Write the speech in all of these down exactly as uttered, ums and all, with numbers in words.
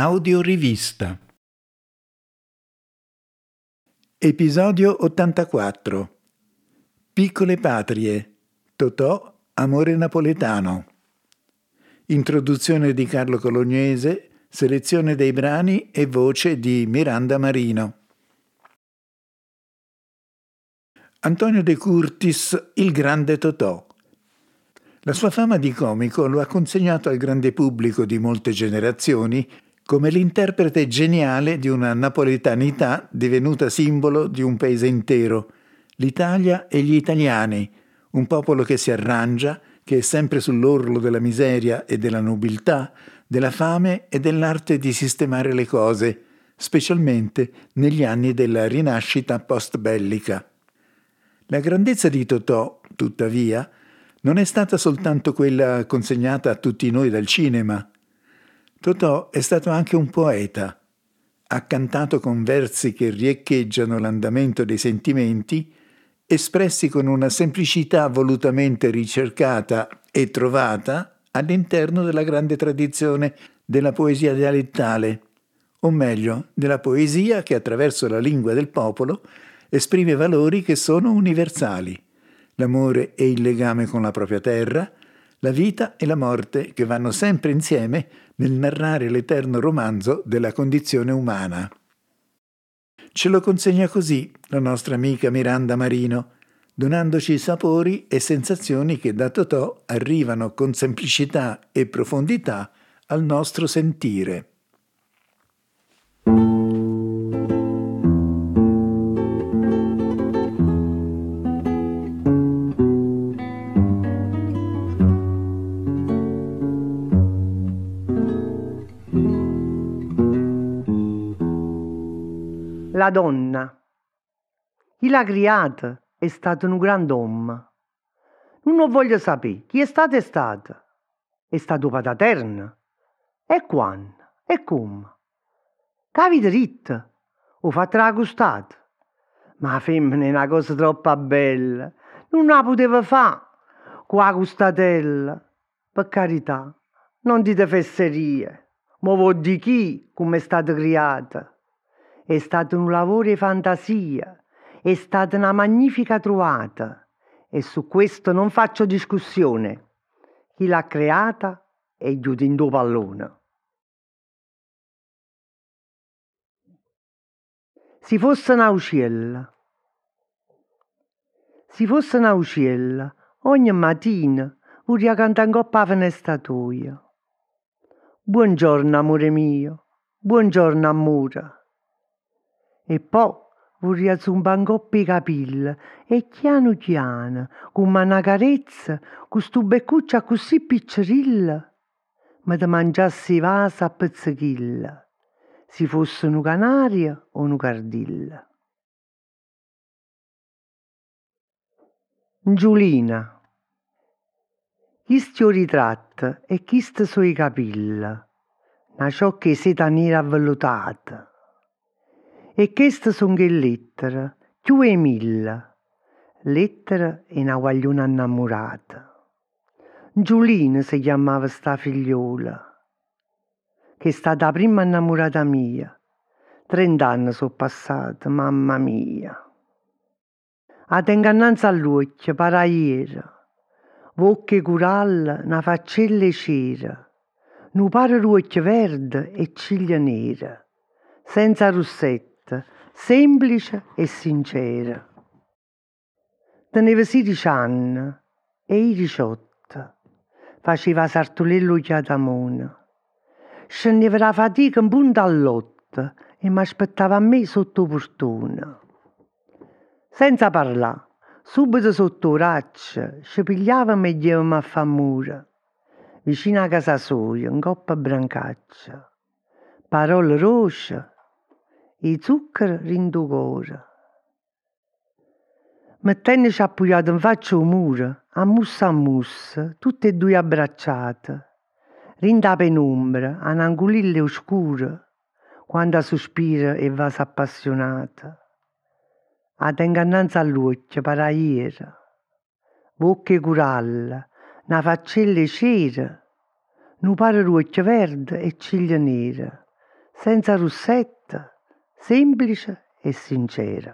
Audiorivista. Episodio ottantaquattro. Piccole patrie. Totò, amore napoletano. Introduzione di Carlo Colognese, selezione dei brani e voce di Miranda Marino. Antonio De Curtis, il grande Totò. La sua fama di comico lo ha consegnato al grande pubblico di molte generazioni come l'interprete geniale di una napoletanità divenuta simbolo di un paese intero, l'Italia e gli italiani, un popolo che si arrangia, che è sempre sull'orlo della miseria e della nobiltà, della fame e dell'arte di sistemare le cose, specialmente negli anni della rinascita post-bellica. La grandezza di Totò, tuttavia, non è stata soltanto quella consegnata a tutti noi dal cinema. Totò è stato anche un poeta. Ha cantato con versi che riecheggiano l'andamento dei sentimenti, espressi con una semplicità volutamente ricercata e trovata all'interno della grande tradizione della poesia dialettale, o meglio, della poesia che attraverso la lingua del popolo esprime valori che sono universali: l'amore e il legame con la propria terra, la vita e la morte che vanno sempre insieme nel narrare l'eterno romanzo della condizione umana. Ce lo consegna così la nostra amica Miranda Marino, donandoci sapori e sensazioni che da Totò arrivano con semplicità e profondità al nostro sentire. La donna. Chi l'ha creata è stato un grand'uomo. Non voglio sapere chi è stato è stato. È stato paterno. E quando? E come? Capite dritta? Ho fatto la gustata. Ma la femmina è una cosa troppo bella. Non la poteva fare con la gustatella. Per carità, non dite fesserie. Ma vuol dire chi come è stata creata. È stato un lavoro di fantasia, è stata una magnifica trovata e su questo non faccio discussione. Chi l'ha creata è chiuso in due pallone. Si fosse una uccella, si fosse una uccella, ogni mattina vorrei cantare in coppa alla finestratoia. Buongiorno amore mio, buongiorno amore. E poi vorrei zumbare un coppo i capelli e chiano chiano, come una carezza, con stu beccuccia così piccerilla, ma te mangiassi vasa a pezzichilla, si fosse un canario o un cardilla. Giulina. Chistio ritratto e chiste sui capelli, una ciocca seta nera avvellutata. E queste sono che lettere, più e mille, lettere e una guagliona innamorata. Giulina si chiamava sta figliola, che è stata la prima innamorata mia. Trent'anni sono passati, mamma mia. A te ingannanza all'occhio, paraiera, vocche curalla, una faccella cera, nu pare ruocchio verde e ciglia nera, senza rossetto, semplice e sincera. Teneva sedici anni e io diciotto. Faceva sartulello chiatamone. Scendeva la fatica in punta all'otto e mi aspettava a me sotto portone. Senza parlare, subito sotto braccia, ci pigliavamo e dievamo a famore. Vicino a casa sua, in coppa brancaccia. Parole rosse, i zucchero rindu cuore. Mettendoci appoggiato in faccia un muro, a mussa a mussa, tutte e due abbracciate, rinda penombra, a un'angulilla oscura, quando sospira e va s'appassionata. A te ingannanza all'occhio, paraiera, bocche curalla, una faccella cera, nu pare ruocchio verde e ciglia nera, senza russetta, semplice e sincera.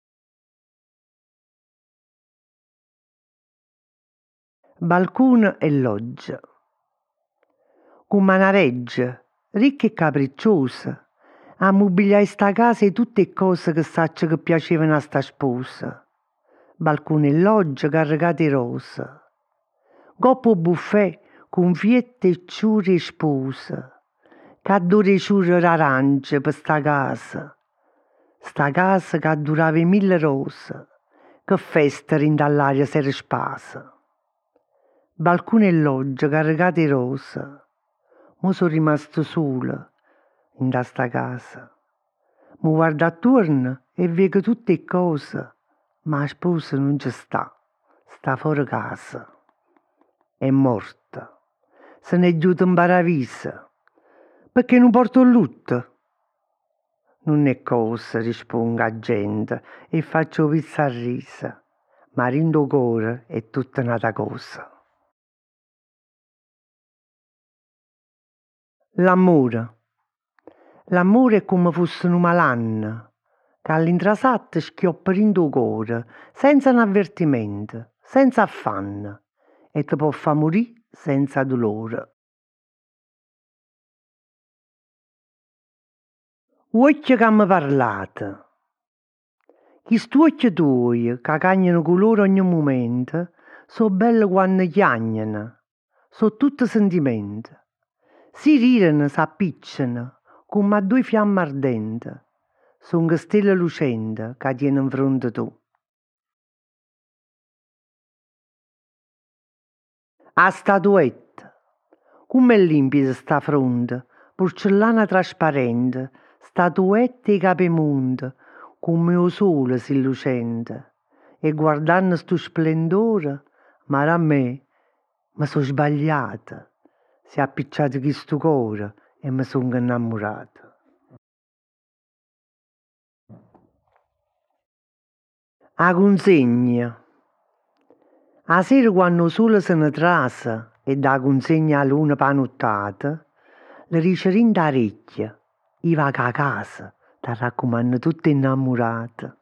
Balcone e loggia. Come una reggia, ricca e capricciosa, a mobiliare sta casa e tutte le cose che saccio che piacevano a sta sposa. Balcone e loggia caricate rose. Coppo buffet con fiette e ciuri e spose. Che dura ciuri d'arancia per sta casa. Sta casa che durava mille rose. Che festa rindall'aria s'era spasa. Balcone e loggia caricate rose. Mo sono rimasto sola in sta casa. Mi guardo attorno e vedo tutte le cose, ma la sposa non ci sta, sta fuori casa. È morta, se n'è giuta in paravisa, perché non porto il lutto. Non è cosa, rispondo a gente e faccio pizza a risa, ma rindo cuore è tutta un'altra cosa. L'amore. L'amore è come fosse un malanno, che all'intrasatto schioppa rindo cuore, senza un avvertimento, senza affanno, e ti può far morire senza dolore. Occhi che mi parlate. Questi occhi tuoi, che cagnano colore ogni momento, sono belli quando chiagnano, sono tutti sentimenti. Si ridono, s'appicciano, come a due fiamme ardenti. Sono che stelle lucenti che tieni in fronte tu. A statuetta, come è limpida sta fronte, porcellana trasparente, statuette i capi monte, come o sole si lucente. E guardando sto splendore, ma a me, mi sono sbagliata. Si è appicciato questo cuore e mi sono innamorata. A consegna. A sera quando il sole se ne trasa e dà consegna a luna panottata, le dice rinda orecchia, i va a casa, ti raccomando tutta innamorata.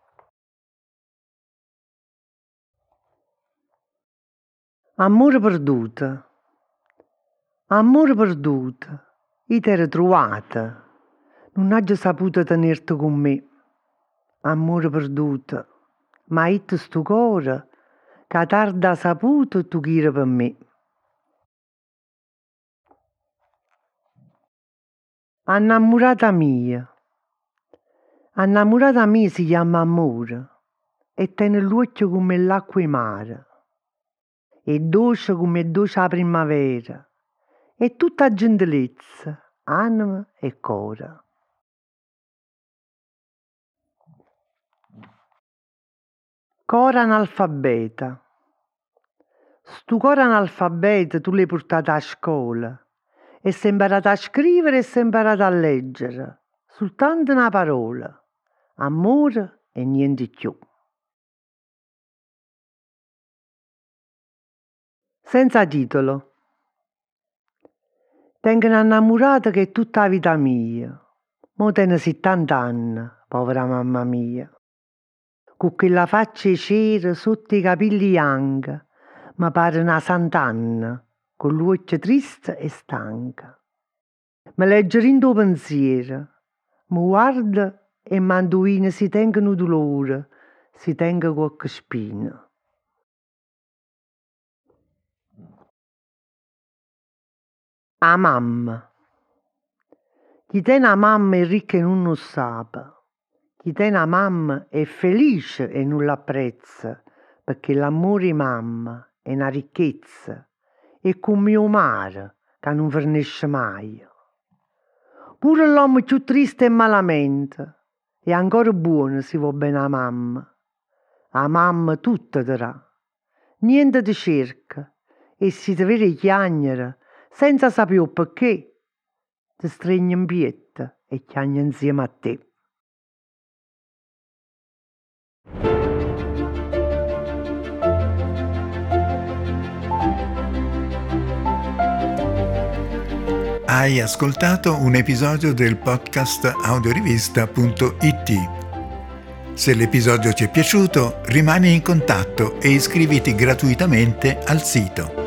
Amore perduto. Amore perduto, io t'ero trovata, non ho saputo tenerti con me. Amore perduto, ma io sto cuore, che tardi ha saputo tu chi era per me. Annamorata mia, annamorata mia si chiama amore e tiene l'occhio come l'acqua e mare, è dolce come dolce la primavera. E tutta gentilezza, anima e cuore. Cora analfabeta. Stu cora analfabeta tu l'hai portato a scuola e sei imparato a scrivere e sei imparato a leggere, soltanto una parola, amore e niente più. Senza titolo. Tengo un'annamorata che è tutta la vita mia. Mo tiene settanta anni, povera mamma mia. Con quella faccia cera sotto i capelli bianchi, mi pare una sant'Anna, con l'occhio triste e stanca. Mi legge rindo pensiero, mi guarda e mi indovina se tengono dolore, se tengo qualche spina. A mamma. Chi tiene a mamma è ricca e non lo sa. Chi tiene a mamma è felice e non l'apprezza, perché l'amore di mamma è una ricchezza, è come un mare che non fornisce mai. Pure l'uomo più triste e malamente è ancora buono se va bene a mamma. A mamma tutto darà, niente ti cerca e si ti vede chiagnere senza sapere perché, ti stringe in pietta e chiagna insieme a te. Hai ascoltato un episodio del podcast audiorivista punto it. Se l'episodio ti è piaciuto, rimani in contatto e iscriviti gratuitamente al sito.